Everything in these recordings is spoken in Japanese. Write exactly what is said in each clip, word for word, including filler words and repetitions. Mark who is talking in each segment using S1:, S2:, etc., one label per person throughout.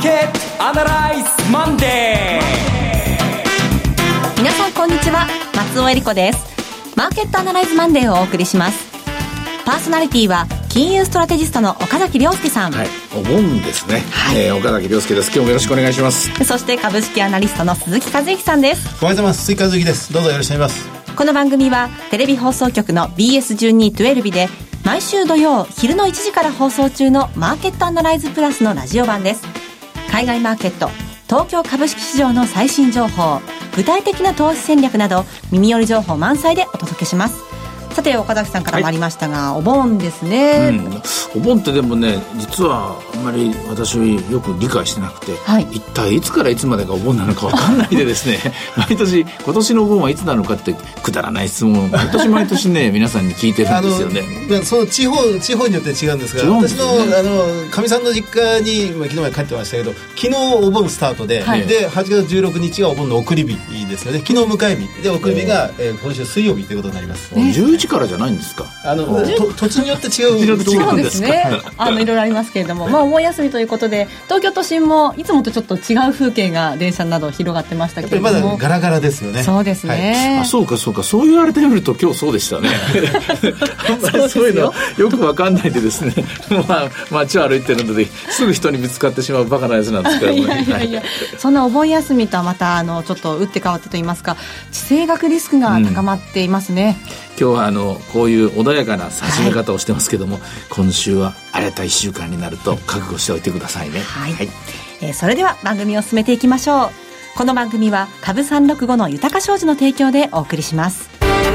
S1: ーケットアナライズマンデ
S2: ー。皆さんこんにちは、松尾恵理子です。マーケットアナライズマンデーをお送りします。パーソナリティは金融ストラテジストの岡崎亮介さん、
S3: はい、お盆ですね、はい、えー、岡崎亮介です。今日もよろしくお願いします。
S2: そして株式アナリストの鈴木和之さんです。
S4: おはようございます。鈴木和之です。どうぞよろしくお願いします。
S2: この番組はテレビ放送局の ビーエスじゅうにじゅうに で毎週土曜昼のいちじから放送中のマーケットアナライズプラスのラジオ版です。海外マーケット、東京株式市場の最新情報、具体的な投資戦略など耳寄り情報満載でお届けします。さて岡崎さんからもありましたが、はい、お盆ですね、
S3: うん、お盆ってでもね、実はあんまり私よく理解してなくて、はい、一体いつからいつまでがお盆なのか分かんないでですね毎年今年のお盆はいつなのかってくだらない質問を毎年毎年ね皆さんに聞いてるんですよね。
S4: あのその地方地方によって違うんですが、私のあのかみさんの実家に、まあ、昨日まで帰ってましたけど、昨日お盆スタートで、はい、ではちがつじゅうろくにちがお盆の送り日ですよね。昨日迎え日で送り日が、えー、今週水曜日ということになります。
S3: じゅういちからじゃないんですか。
S4: あの土地によって違う
S2: そうですねあのいろいろありますけれども、まあ、お盆休みということで東京都心もいつもとちょっと違う風景が電車など広がってましたけれども、
S4: やっぱりまだガラガラですよね。
S2: そうですね、
S3: はい、あそうかそうか、そう言われてみると今日そうでしたねあんまりそういうのよく分かんないでですねまあ、街を歩いてるのですぐ人にぶつかってしまうバカなやつなんですけども、ね、
S2: いやいやいやそんなお盆休みとはまたあのちょっと打って変わってといいますか、地政学リスクが高まっていますね、
S3: うん、今日はあのこういう穏やかな始め方をしてますけども、はい、今週は荒れたいっしゅうかんになると覚悟しておいてくださいね。
S2: はい、はい、えー、それでは番組を進めていきましょう。この番組は株さんろくごの豊か商事の提供でお送りします。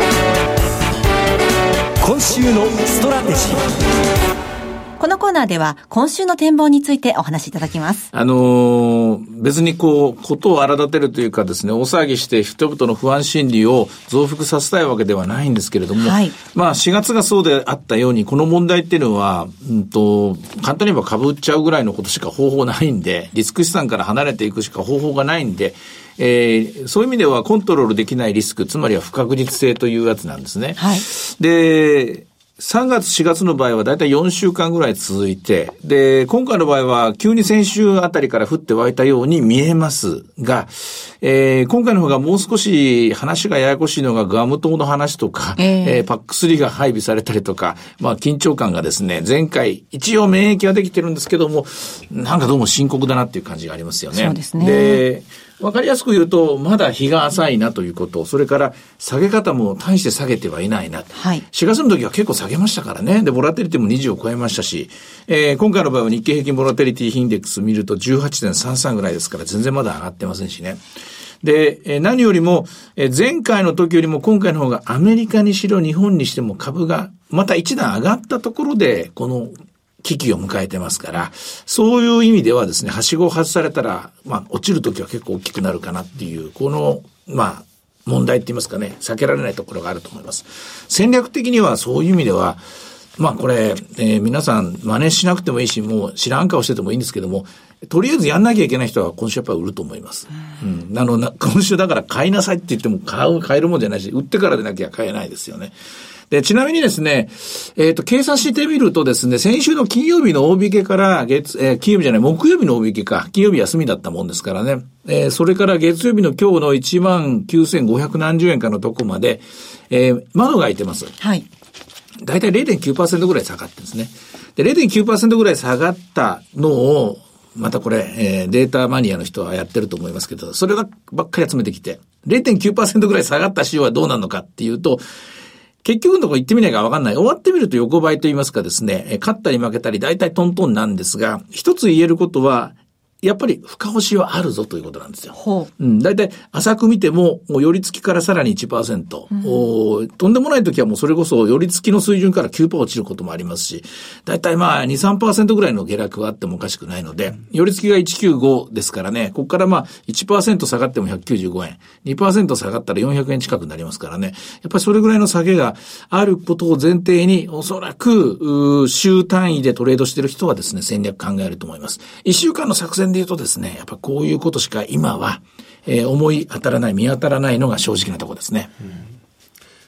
S1: 今週のストラテジー。
S2: このコーナーでは今週の展望についてお話しいただきます。
S3: あのー、別にこうことを荒立てるというかですね、大騒ぎして人々の不安心理を増幅させたいわけではないんですけれども、はい、まあしがつがそうであったように、この問題っていうのは、うんと簡単に言えば株売っちゃうぐらいのことしか方法ないんで、リスク資産から離れていくしか方法がないんで、えー、そういう意味ではコントロールできないリスク、つまりは不確実性というやつなんですね。はい、でさんがつしがつの場合はだいたいよんしゅうかんぐらい続いて、で今回の場合は急に先週あたりから降って湧いたように見えますが、えー、今回の方がもう少し話がややこしいのがガム島の話とか、えーえー、パックスリーが配備されたりとか、まあ緊張感がですね、前回一応免疫はできてるんですけども、なんかどうも深刻だなっていう感じがありますよね。
S2: そうですね。
S3: でわかりやすく言うと、まだ日が浅いなということ、それから下げ方も大して下げてはいないな。はい、しがつの時は結構下げましたからね。で、ボラテリティもにじゅうを超えましたし、えー、今回の場合は日経平均ボラテリティインデックス見ると じゅうはちてんさんさん ぐらいですから、全然まだ上がってませんしね。で、えー、何よりも、えー、前回の時よりも今回の方がアメリカにしろ日本にしても株がまた一段上がったところで、この危機を迎えてますから、そういう意味ではですね、はしごを外されたら、まあ、落ちるときは結構大きくなるかなっていう、この、まあ、問題って言いますかね、避けられないところがあると思います。戦略的にはそういう意味では、まあこれ、えー、皆さん真似しなくてもいいし、もう知らん顔しててもいいんですけども、とりあえずやんなきゃいけない人は今週やっぱり売ると思います。うん。あの、な今週だから買いなさいって言っても買う、買えるもんじゃないし、売ってからでなきゃ買えないですよね。で、ちなみにですね、えっと、計算してみるとですね、先週の金曜日の大引けから月、えー、金曜日じゃない、木曜日の大引けか、金曜日休みだったもんですからね、えー、それから月曜日の今日のいちまんきゅうせんごひゃくなんじゅうえんかのとこまで、えー、窓が開いてます。はい。だいたい れいてんきゅうパーセント ぐらい下がってるんですね。で、れいてんきゅうパーセント ぐらい下がったのを、またこれ、えー、データマニアの人はやってると思いますけど、そればっかり集めてきて、れいてんきゅうパーセント ぐらい下がった週はどうなるのかっていうと、結局のところ言ってみないか分かんない。終わってみると横ばいと言いますかですね、勝ったり負けたり大体トントンなんですが、一つ言えることは、やっぱり深押しはあるぞということなんですよ。ほう。うん。だいたい浅く見ても、もう寄り付きからさらに いちパーセント、うん、おとんでもない時はもうそれこそ寄り付きの水準から きゅうパーセント 落ちることもありますし、だいたいまあ に、さんパーセント ぐらいの下落があってもおかしくないので、寄り付きがいちきゅうごですからね、ここからまあ いちパーセント 下がってもひゃくきゅうじゅうごえん、にパーセント 下がったらよんひゃくえん近くになりますからね、やっぱりそれぐらいの下げがあることを前提に、おそらく、週単位でトレードしている人はですね、戦略考えると思います。いっしゅうかんの作戦で言うとですね、やっぱこういうことしか今は、えー、思い当たらない見当たらないのが正直なところですね。うん、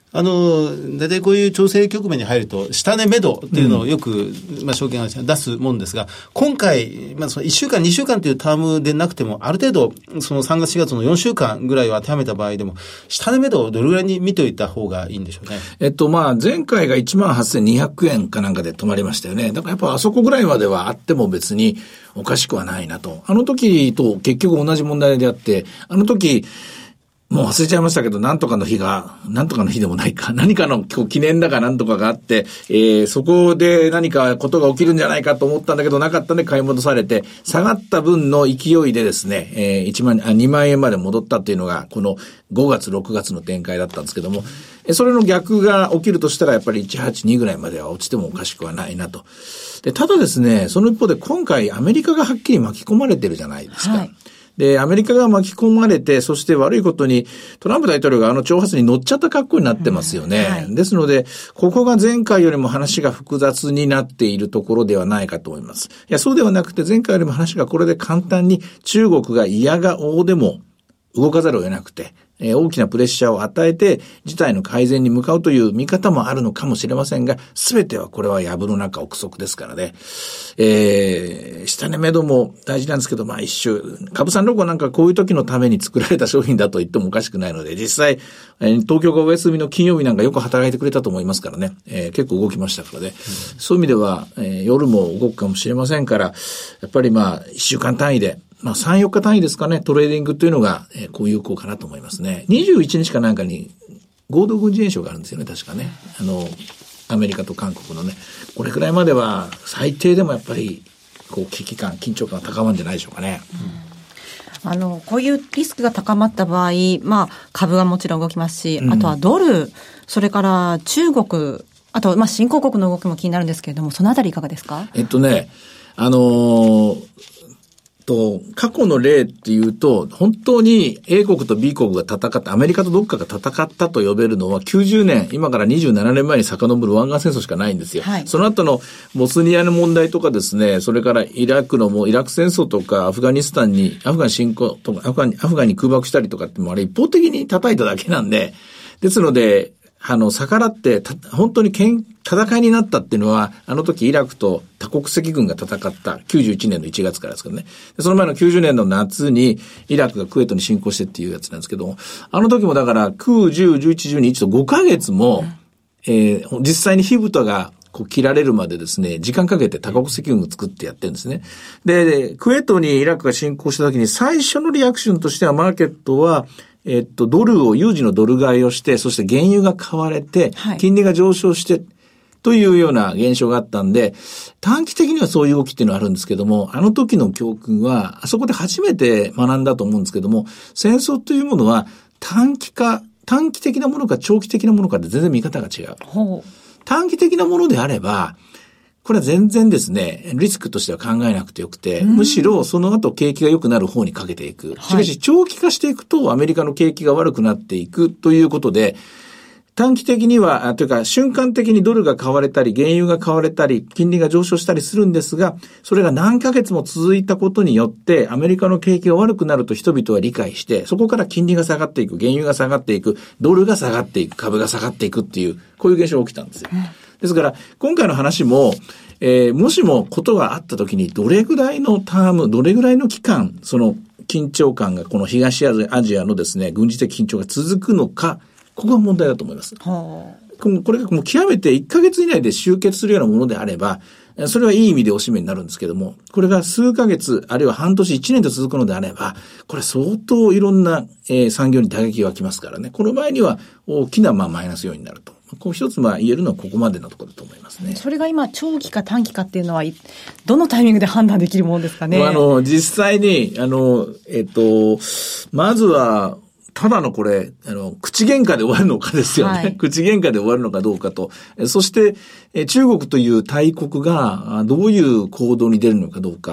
S4: あの、大体こういう調整局面に入ると、下値目処っていうのをよく、うん、まあ、証券会社が出すもんですが、今回、まあ、そのいっしゅうかん、にしゅうかんというタームでなくても、ある程度、そのさんがつ、しがつのよんしゅうかんぐらいを当てはめた場合でも、下値目処をどれぐらいに見ておいた方がいいんでしょうね。
S3: えっと、まあ、前回が いちまんはっせんにひゃくえんかなんかで止まりましたよね。だからやっぱあそこぐらいまではあっても別におかしくはないなと。あの時と結局同じ問題であって、あの時、もう忘れちゃいましたけど、なんとかの日が、なんとかの日でもないか、何かの記念だかなんとかがあって、えー、そこで何かことが起きるんじゃないかと思ったんだけど、なかったんで買い戻されて、下がった分の勢いでですね、えー、いちまん、あ、にまんえんまで戻ったっていうのが、このごがつ、ろくがつの展開だったんですけども、それの逆が起きるとしたら、やっぱりいちはちにぐらいまでは落ちてもおかしくはないなと。で、ただですね、その一方で今回アメリカがはっきり巻き込まれてるじゃないですか。はい、で、アメリカが巻き込まれて、そして悪いことにトランプ大統領があの挑発に乗っちゃった格好になってますよね。うんはい、ですので、ここが前回よりも話が複雑になっているところではないかと思います。いや、そうではなくて前回よりも話がこれで簡単に中国が嫌が応でも動かざるを得なくて、えー、大きなプレッシャーを与えて事態の改善に向かうという見方もあるのかもしれませんが、すべてはこれは藪の中憶測ですからね。えー、下値目処も大事なんですけど、まあ一周、株三六五なんかこういう時のために作られた商品だと言ってもおかしくないので、実際、えー、東京がお休みの金曜日なんかよく働いてくれたと思いますからね、えー、結構動きましたからね。うん、そういう意味では、えー、夜も動くかもしれませんから、やっぱりまあ一週間単位で、まあさん、よっか単位ですかね、トレーディングというのが、えー、こう有効かなと思いますね。にじゅういちにちかなんかに合同軍事演習があるんですよね、確かね。あの、アメリカと韓国のね。これくらいまでは最低でもやっぱり、こう危機感、緊張感が高まるんじゃないでしょうかね。
S2: うん、あの、こういうリスクが高まった場合、まあ株はもちろん動きますし、うん、あとはドル、それから中国、あとまあ新興国の動きも気になるんですけれども、そのあたりいかがですか？
S3: えっとね、あのー、と、過去の例っていうと、本当に A 国と B 国が戦った、アメリカとどっかが戦ったと呼べるのはきゅうじゅうねん、今からにじゅうななねんまえに遡る湾岸戦争しかないんですよ。はい、その後のボスニアの問題とかですね、それからイラクのもイラク戦争とかアフガニスタンに、アフガン侵攻とか、アフガン、アフガンに空爆したりとかってもあれ一方的に叩いただけなんで、ですので、あの、逆らって、本当に戦いになったっていうのは、あの時イラクと多国籍軍が戦ったきゅうじゅういちねんのいちがつからですけどね。その前のきゅうじゅうねんの夏にイラクがクウェートに侵攻してっていうやつなんですけども、あの時もだからきゅう、じゅう、じゅういち、じゅうにとごかげつも、うん、えー、実際に火蓋がこう切られるまでですね、時間かけて多国籍軍を作ってやってるんですね。で、クウェートにイラクが侵攻した時に最初のリアクションとしてはマーケットは、えっと、ドルを、有事のドル買いをして、そして原油が買われて、金利が上昇して、というような現象があったんで、短期的にはそういう動きっていうのはあるんですけども、あの時の教訓は、あそこで初めて学んだと思うんですけども、戦争というものは短期か、短期的なものか長期的なものかで全然見方が違う。ほう。短期的なものであれば、これは全然ですね、リスクとしては考えなくてよくて、むしろその後景気が良くなる方にかけていく。しかし長期化していくとアメリカの景気が悪くなっていくということで、短期的には、というか瞬間的にドルが買われたり、原油が買われたり、金利が上昇したりするんですが、それが何ヶ月も続いたことによって、アメリカの景気が悪くなると人々は理解して、そこから金利が下がっていく、原油が下がっていく、ドルが下がっていく、株が下がっていくっていう、こういう現象が起きたんですよ。うんですから、今回の話も、えー、もしもことがあったときに、どれぐらいのターム、どれぐらいの期間、その緊張感が、この東アジアのですね、軍事的緊張が続くのか、ここが問題だと思います。はあ、これがもう極めていっかげつ以内で終結するようなものであれば、それはいい意味でおしめになるんですけども、これが数ヶ月、あるいは半年、いちねんと続くのであれば、これ相当いろんな、えー、産業に打撃が来ますからね。この場合には大きなまあマイナス要因になると。こう一つまあ言えるのはここまでのところだと思いますね。
S2: それが今長期か短期かっていうのはどのタイミングで判断できるものですかね。
S3: あの実際にあのえっとまずはただのこれあの口喧嘩で終わるのかですよね。はい、口喧嘩で終わるのかどうかと、そしてえ中国という大国がどういう行動に出るのかどうか。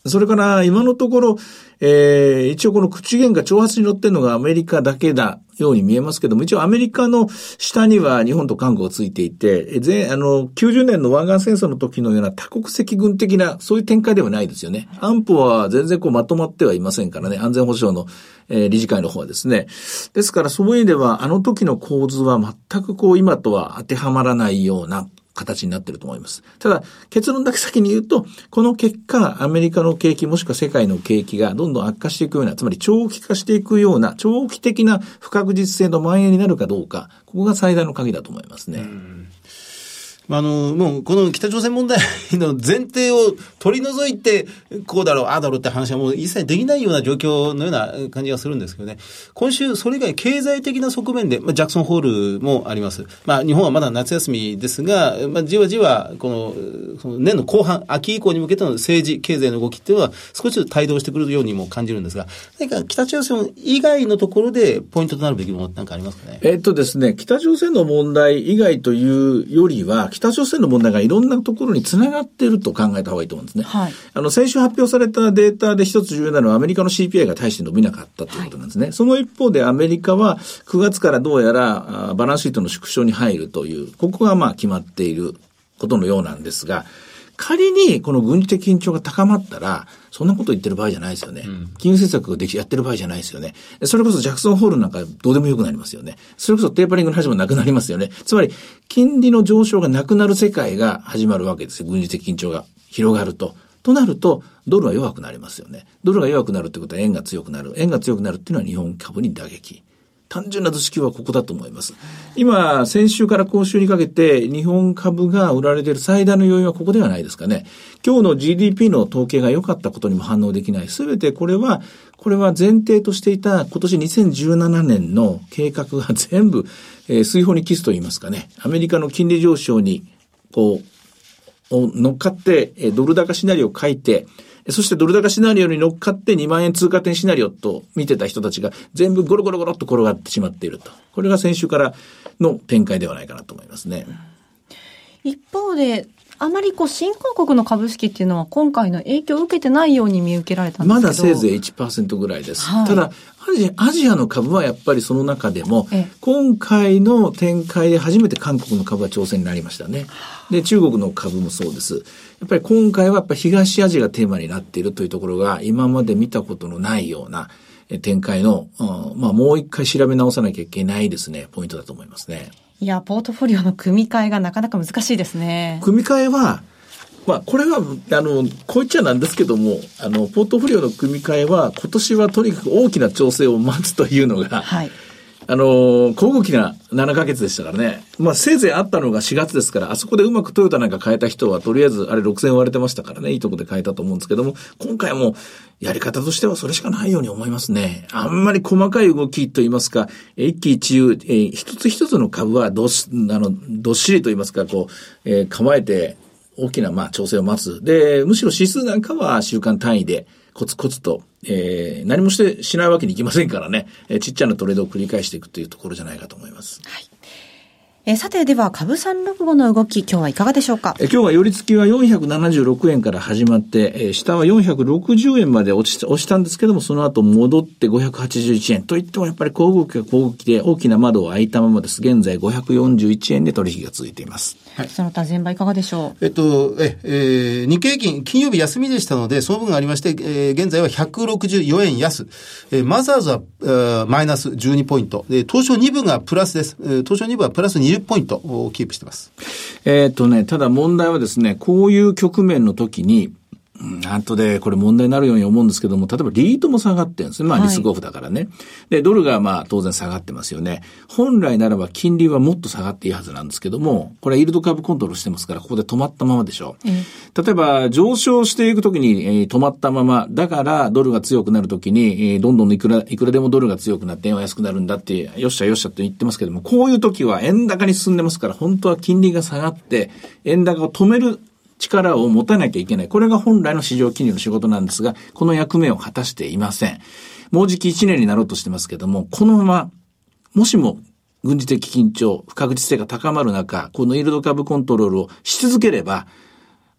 S3: それから今のところ、えー、一応この口喧嘩挑発に乗ってるのがアメリカだけだように見えますけども、一応アメリカの下には日本と韓国がついていて、全あのきゅうじゅうねんの湾岸戦争の時のような多国籍軍的なそういう展開ではないですよね。安保は全然こうまとまってはいませんからね、安全保障の、えー、理事会の方はですね。ですからそういう意味ではあの時の構図は全くこう今とは当てはまらないような形になっていると思います。ただ結論だけ先に言うと、この結果アメリカの景気もしくは世界の景気がどんどん悪化していくような、つまり長期化していくような長期的な不確実性の蔓延になるかどうか、ここが最大の鍵だと思いますね。うん
S4: あの、もう、この北朝鮮問題の前提を取り除いて、こうだろう、ああだろうって話はもう一切できないような状況のような感じがするんですけどね。今週、それ以外経済的な側面で、まあ、ジャクソンホールもあります。まあ、日本はまだ夏休みですが、まあ、じわじわ、この、その年の後半、秋以降に向けての政治、経済の動きっていうのは少しずつ帯同してくるようにも感じるんですが、何か北朝鮮以外のところでポイントとなるべきものって何かありますかね。
S3: えっとですね、北朝鮮の問題以外というよりは、北朝鮮の問題がいろんなところにつながっていると考えた方がいいと思うんですね。はい、あの先週発表されたデータで一つ重要なのはアメリカの シーピーアイ が大して伸びなかったということなんですね。はい、その一方でアメリカはくがつからどうやらバランスシートの縮小に入るという、ここがまあ決まっていることのようなんですが、仮にこの軍事的緊張が高まったら、そんなこと言ってる場合じゃないですよね。うん、金融政策ができやってる場合じゃないですよね。それこそジャクソンホールなんかどうでもよくなりますよね。それこそテーパリングの話もなくなりますよね。つまり金利の上昇がなくなる世界が始まるわけですよ。軍事的緊張が広がると。となるとドルは弱くなりますよね。ドルが弱くなるってことは円が強くなる。円が強くなるっていうのは日本株に打撃。単純な図式はここだと思います。今、先週から今週にかけて日本株が売られている最大の要因はここではないですかね。今日の ジーディーピー の統計が良かったことにも反応できない。すべてこれは、これは前提としていた今年にせんじゅうななねんの計画が全部、えー、水泡に帰すと言いますかね。アメリカの金利上昇に、こう、乗っかって、えー、ドル高シナリオを書いて、そしてドル高シナリオに乗っかってにまんえん通過点シナリオと見てた人たちが全部ゴロゴロゴロっと転がってしまっていると。これが先週からの展開ではないかなと思いますね。
S2: 一方で、あまりこう新興国の株式っていうのは今回の影響を受けてないように見受けられたんですけど。
S3: まだせいぜい いちパーセント ぐらいです。はい、ただアジア、アジアの株はやっぱりその中でも、今回の展開で初めて韓国の株は挑戦になりましたね。で、中国の株もそうです。やっぱり今回はやっぱり東アジアがテーマになっているというところが今まで見たことのないような展開の、うん、まあもう一回調べ直さなきゃいけないですね、ポイントだと思いますね。
S2: いや、ポートフォリオの組み替えがなかなか難しいですね。
S3: 組み替えは、まあこれは、あの、こう言っちゃなんですけども、あの、ポートフォリオの組み替えは今年はとにかく大きな調整を待つというのが、はい。あの、小動きなななかげつでしたからね。まあ、せいぜいあったのがしがつですから、あそこでうまくトヨタなんか変えた人は、とりあえずあれろくせん割れてましたからね、いいとこで変えたと思うんですけども、今回もやり方としてはそれしかないように思いますね。あんまり細かい動きといいますか、一喜一憂、えー、一つ一つの株はどし、あの、どっしりといいますか、こう、えー、構えて大きな、まあ、調整を待つ。で、むしろ指数なんかは週間単位で、コツコツと、えー、何もしてしないわけにいきませんからね、えー、ちっちゃなトレードを繰り返していくというところじゃないかと思います。
S2: はい。えー、さて、では株さんろくごの動き、今日はいかがでしょうか。
S3: えー、今日は寄り付きはよんひゃくななじゅうろくえんから始まって、えー、下はよんひゃくろくじゅうえんまで落ち、落ちたんですけども、その後戻ってごひゃくはちじゅういちえんといってもやっぱり小動きが小動きで大きな窓を開いたままです。現在ごひゃくよんじゅういちえんで取引が続いています。
S2: はい。その他全場いかがでしょう。
S4: えっと、え、えー、日経平均、金曜日休みでしたので、その分がありまして、えー、現在はひゃくろくじゅうよえん安。えー、マザーズは、えー、マイナスじゅうにポイント。で、東証に部がプラスです。えー、東証に部はプラスにじゅうポイントをキープしてます。
S3: えっとね、ただ問題はですね、こういう局面の時に、後でこれ問題になるように思うんですけども、例えばリートも下がってるんですね。まあリスクオフだからね。はい、で、ドルがまあ当然下がってますよね。本来ならば金利はもっと下がっていいはずなんですけども、これはイールドカーブコントロールしてますから、ここで止まったままでしょう。うん、例えば上昇していくときに、えー、止まったまま、だからドルが強くなるときに、えー、どんどんいくら、いくらでもドルが強くなって円は安くなるんだって、よっしゃよっしゃと言ってますけども、こういうときは円高に進んでますから、本当は金利が下がって、円高を止める力を持たなきゃいけない。これが本来の市場金利の仕事なんですが、この役目を果たしていません。もうじきいちねんになろうとしてますけども、このまま、もしも軍事的緊張、不確実性が高まる中、このイールドカーブコントロールをし続ければ、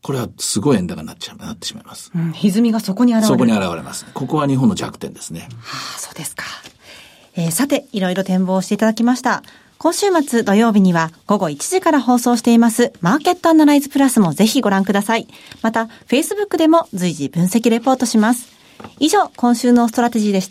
S3: これはすごい円高になっちゃう、なってしまいます。
S2: うん、歪みがそこに現れる。
S3: そこに現れます。ここは日本の弱点ですね。
S2: はあ、そうですか。えー、さて、いろいろ展望していただきました。今週末土曜日には午後いちじから放送していますマーケットアナライズプラスもぜひご覧ください。また、Facebook でも随時分析レポートします。以上、今週のストラテジーでした。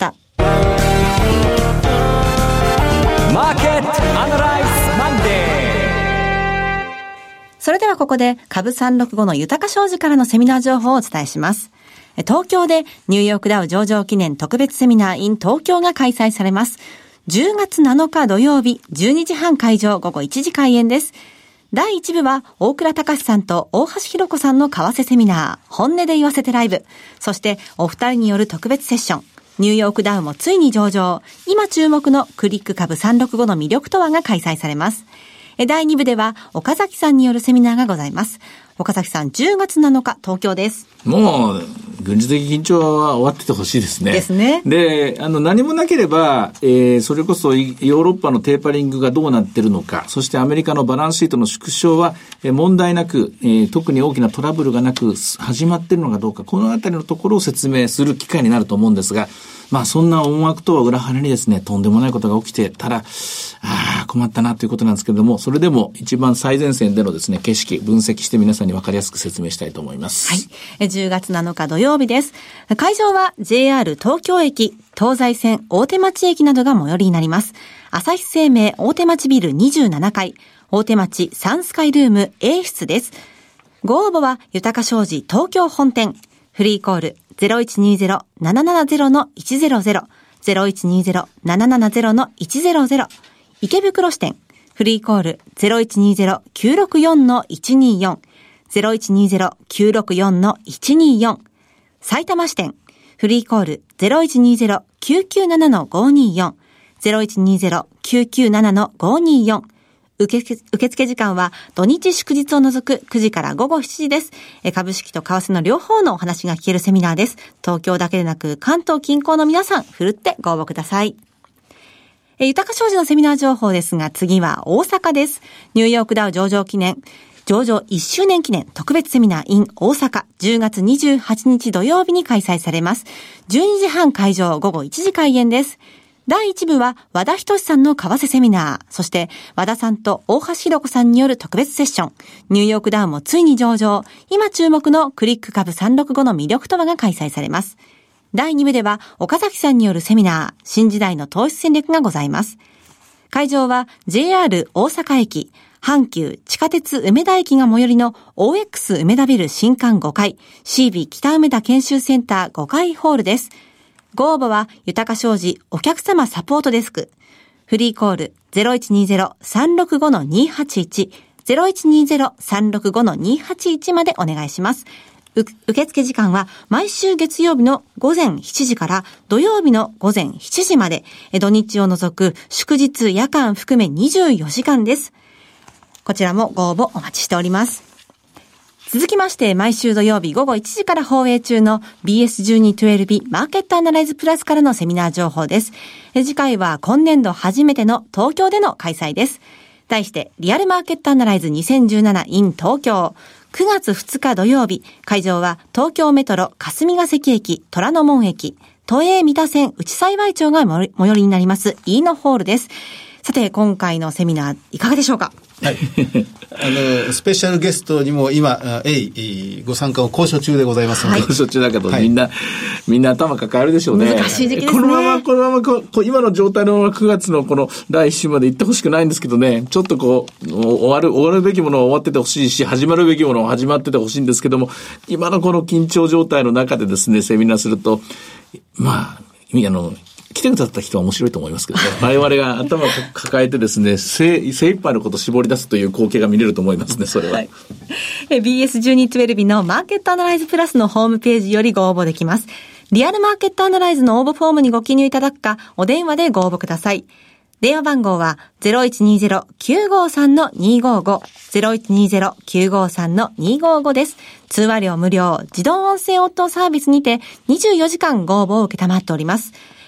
S1: マーケットアナライズマンデー。
S2: それではここで株さんろくごの豊か商事からのセミナー情報をお伝えします。東京でニューヨークダウ上場記念特別セミナー in 東京が開催されます。じゅうがつなのか土曜日じゅうにじはん会場、午後いちじ開演です。だいいち部は大倉隆さんと大橋ひろ子さんの為替セミナー、本音で言わせてライブ。そしてお二人による特別セッション。ニューヨークダウもついに上場。今注目のクリック株さんろくごの魅力とはが開催されます。だいに部では岡崎さんによるセミナーがございます。岡崎さんじゅうがつなのか東京です。
S3: もう軍事的緊張は終わっててほしいですね。
S2: ですね。
S3: で、あの何もなければ、えー、それこそヨーロッパのテーパリングがどうなってるのか、そしてアメリカのバランスシートの縮小は、えー、問題なく、えー、特に大きなトラブルがなく始まってるのかどうか、このあたりのところを説明する機会になると思うんですが、まあそんな思惑とは裏腹にですね、とんでもないことが起きてたら、ああ困ったなということなんですけれども、それでも一番最前線でのですね、景色分析して皆さんに分かりやすく説明したいと思います。
S2: はい。じゅうがつなのか土曜日です。会場は ジェイアール 東京駅、東西線大手町駅などが最寄りになります。朝日生命大手町ビルにじゅうななかい、大手町サンスカイルーム A 室です。ご応募は豊か商事東京本店。フリーコール ゼロいちにゼロ ななななゼロ のいちゼロゼロ、ゼロいちにゼロ ななななゼロ のいちゼロゼロ、池袋支店。フリーコール ゼロいちにゼロ きゅうろくよん のいちにーよん、ゼロいちにゼロ きゅうろくよん のいちにーよん、埼玉支店。フリーコール ゼロいちにゼロ きゅうきゅうなな のごにーよん、ゼロいちにゼロ きゅうきゅうなな のごにーよん。受付、受付時間は土日祝日を除くくじから午後しちじです。株式と為替の両方のお話が聞けるセミナーです。東京だけでなく関東近郊の皆さん、ふるってご応募ください。豊か商事のセミナー情報ですが、次は大阪です。ニューヨークダウ上場記念、上場いっしゅうねん記念特別セミナー in 大阪、じゅうがつにじゅうはちにち土曜日に開催されます。じゅうにじはん会場、午後いちじ開演です。だいいち部は和田仁さんの為替セミナー、そして和田さんと大橋ひろ子さんによる特別セッション、ニューヨークダウもついに上場、今注目のクリック株さんろくごの魅力とはが開催されます。だいに部では岡崎さんによるセミナー、新時代の投資戦略がございます。会場は ジェイアール 大阪駅、阪急地下鉄梅田駅が最寄りの オーエックス 梅田ビル新館ごかい、シービー 北梅田研修センターごかいホールです。ご応募は豊か商事お客様サポートデスク。フリーコール ゼロいちにゼロ さんろくご のにはちいち、ゼロいちにゼロ さんろくご のにはちいちまでお願いします。受付時間は毎週月曜日の午前しちじから土曜日の午前しちじまで、土日を除く祝日夜間含めにじゅうよじかんです。こちらもご応募お待ちしております。続きまして毎週土曜日午後いちじから放映中の ビーエスじゅうにじゅうに マーケットアナライズプラスからのセミナー情報です。次回は今年度初めての東京での開催です。題してリアルマーケットアナライズにせんじゅうなな in 東京。くがつふつか土曜日、会場は東京メトロ霞ヶ関駅、虎ノ門駅、都営三田線内幸町が最寄りになりますイーノホールです。さて今回のセミナーいかがでしょうか。
S4: はい、あのスペシャルゲストにも今えいご参加を交渉中でございますので、
S3: 交渉中だけど、はい、みんなみんな頭抱えるでしょうね。
S2: 難しい時期ですね。
S3: このままこのままここ今の状態のままくがつのこのだいいっ週まで行ってほしくないんですけどね。ちょっとこう終わる終わるべきものは終わっててほしいし、始まるべきものは始まっててほしいんですけども、今のこの緊張状態の中でですねセミナーすると、まああの来てくださった人は面白いと思いますけどね。我々が頭を抱えてですね、精, 精一杯のことを絞り出すという光景が見れると思いますね、それは。はい、
S2: ビーエスじゅうにじゅうに のマーケットアナライズプラスのホームページよりご応募できます。リアルマーケットアナライズの応募フォームにご記入いただくか、お電話でご応募ください。電話番号は ゼロいちにゼロ きゅうごさん のにごご、ゼロいちにゼロ きゅうごさん のにごごです。通話料無料、自動音声応答サービスにてにじゅうよじかんご応募を受けたまっております。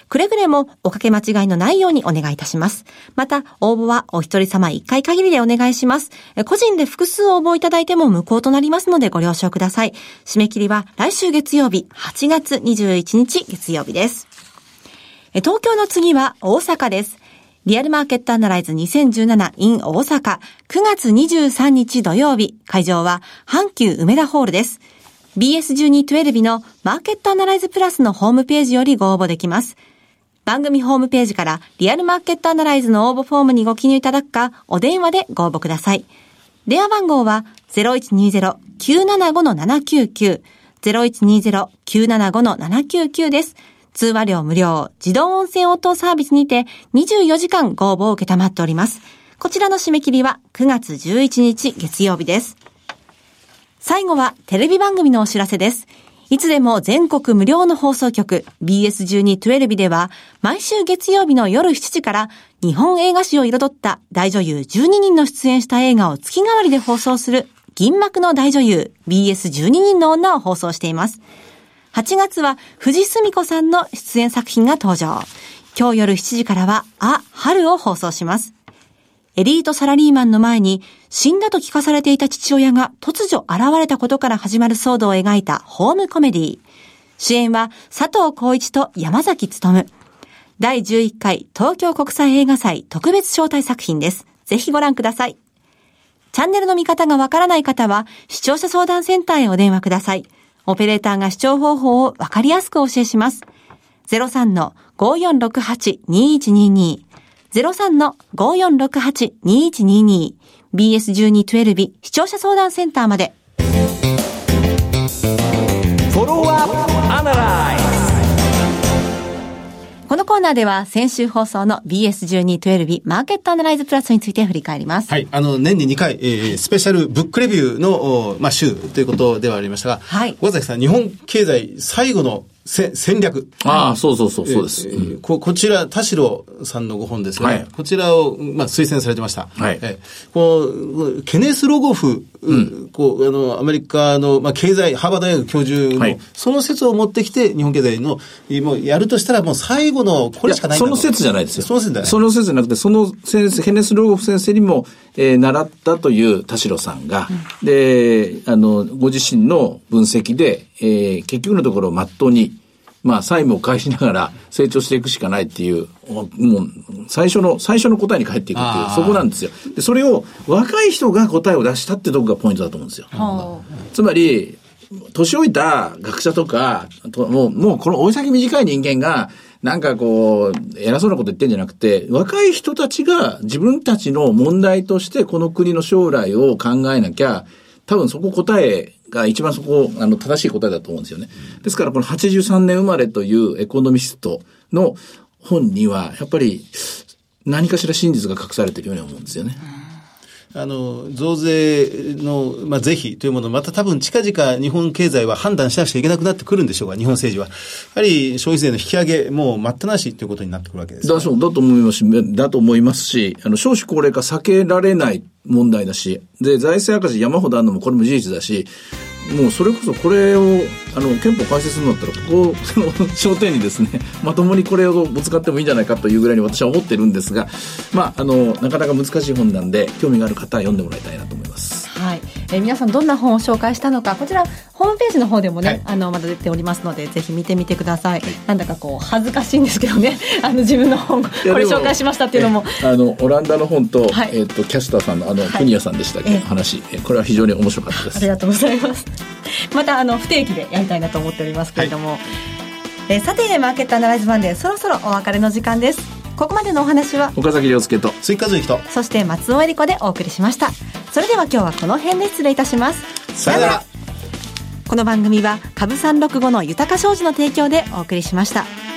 S2: くれぐれもおかけ間違いのないようにお願いいたします。また、応募はお一人様一回限りでお願いします。個人で複数応募いただいても無効となりますのでご了承ください。締め切りは来週月曜日、はちがつにじゅういちにち月曜日です。東京の次は大阪です。リアルマーケットアナライズにせんじゅうなな in 大阪くがつにじゅうさんにち土曜日、会場は阪急梅田ホールです。ビーエスじゅうにじゅうに のマーケットアナライズプラスのホームページよりご応募できます。番組ホームページからリアルマーケットアナライズの応募フォームにご記入いただくか、お電話でご応募ください。電話番号は ゼロいちにゼロ きゅうななご ななきゅうきゅう ゼロいちにゼロ きゅうななご ななきゅうきゅうです。通話料無料、自動音声応答サービスにてにじゅうよじかんご応募を受けたまっております。こちらの締め切りはくがつじゅういちにち月曜日です。最後はテレビ番組のお知らせです。いつでも全国無料の放送局 ビーエスじゅうにじゅうに では毎週月曜日の夜しちじから日本映画史を彩った大女優じゅうににんの出演した映画を月替わりで放送する銀幕の大女優 ビーエスじゅうににんの女を放送しています。はちがつは藤澄子さんの出演作品が登場。今日夜しちじからはあ、春を放送します。エリートサラリーマンの前に死んだと聞かされていた父親が突如現れたことから始まる騒動を描いたホームコメディ。主演は佐藤浩市と山崎努。だいじゅういっかい東京国際映画祭特別招待作品です。ぜひご覧ください。チャンネルの見方がわからない方は視聴者相談センターへお電話ください。オペレーターが視聴方法をわかりやすくお教えします。ゼロさんのごよんろくはちにいちにに ゼロさんのごよんろくはちにいちにに ビーエスじゅうにじゅうに 視聴者相談センターまで。
S1: フォローアップアナライズ。
S2: このコーナーでは先週放送の ビーエスじゅうにじゅうに マーケットアナライズプラスについて振り返ります。
S4: はい。あの、年ににかい、えー、スペシャルブックレビューの、まあ、週ということではありましたが、はい。小崎さん、日本経済最後のせ戦略。
S3: ああ、そうそうそう、そうです。えー
S4: うん、こ, こちら、田代さんのご本ですが、ね、はい、こちらを、まあ、推薦されてました。はい。えー、こうケネス・ロゴフ、うん、こう、あの、アメリカの、まあ、経済、ハーバード大学教授の、はい、その説を持ってきて、日本経済の、もうやるとしたら、もう最後の、これしかないんだと。
S3: その説じゃないですよ。
S4: その説じゃない。
S3: その説じゃなくて、その先生、ケネス・ロゴフ先生にも、えー、習ったという田代さんが、うん、で、あの、ご自身の分析で、えー、結局のところ、まっとうに、まあ、債務を返しながら成長していくしかないっていう、もう、最初の、最初の答えに返っていくっていう、そこなんですよ。で、それを若い人が答えを出したってとこがポイントだと思うんですよ。つまり、年老いた学者とか、もう、もうこの追い先短い人間が、なんかこう、偉そうなこと言ってんじゃなくて、若い人たちが自分たちの問題としてこの国の将来を考えなきゃ、多分そこ答えが一番そこ、あの、正しい答えだと思うんですよね。ですから、このはちじゅうさんねん生まれというエコノミストの本には、やっぱり何かしら真実が隠されているように思うんですよね。
S4: あの、増税の、まあ、是非というものをまた多分近々日本経済は判断しなくちゃいけなくなってくるんでしょうが、日本政治は。やはり消費税の引き上げ、もう待ったなしということになってくるわけです、ね。
S3: だそう、だと思いますし、だと思いますし、あの、少子高齢化避けられない問題だし、で、財政赤字山ほどあるのもこれも事実だし、もうそれこそこれをあの憲法改正するんだったらここその焦点にですねまともにこれをぶつかってもいいんじゃないかというぐらいに私は思ってるんですが、まああのなかなか難しい本なんで興味がある方は読んでもらいたいなと思います。
S2: はい、えー、皆さんどんな本を紹介したのかこちらホームページの方でもね、はい、あのまだ出ておりますのでぜひ見てみてください。はい、なんだかこう恥ずかしいんですけどねあの自分の本これ紹介しましたっていうのも
S3: あのオランダの本と、はい、えー、とキャスターさんのあの国谷さんでしたっけ、はい、話これは非常に面白かったです。
S2: ありがとうございます。またあの不定期でやりたいなと思っておりますけれども、はい、えー、さてマーケットアナライズマンデーそろそろお別れの時間です。ここまでのお話は
S3: 岡崎亮介と
S4: 鈴木和之と
S2: そして松尾恵理子でお送りしました。それでは今日はこの辺で失礼いたします。
S4: さよなら。
S2: この番組は株さんろくごの豊か商事の提供でお送りしました。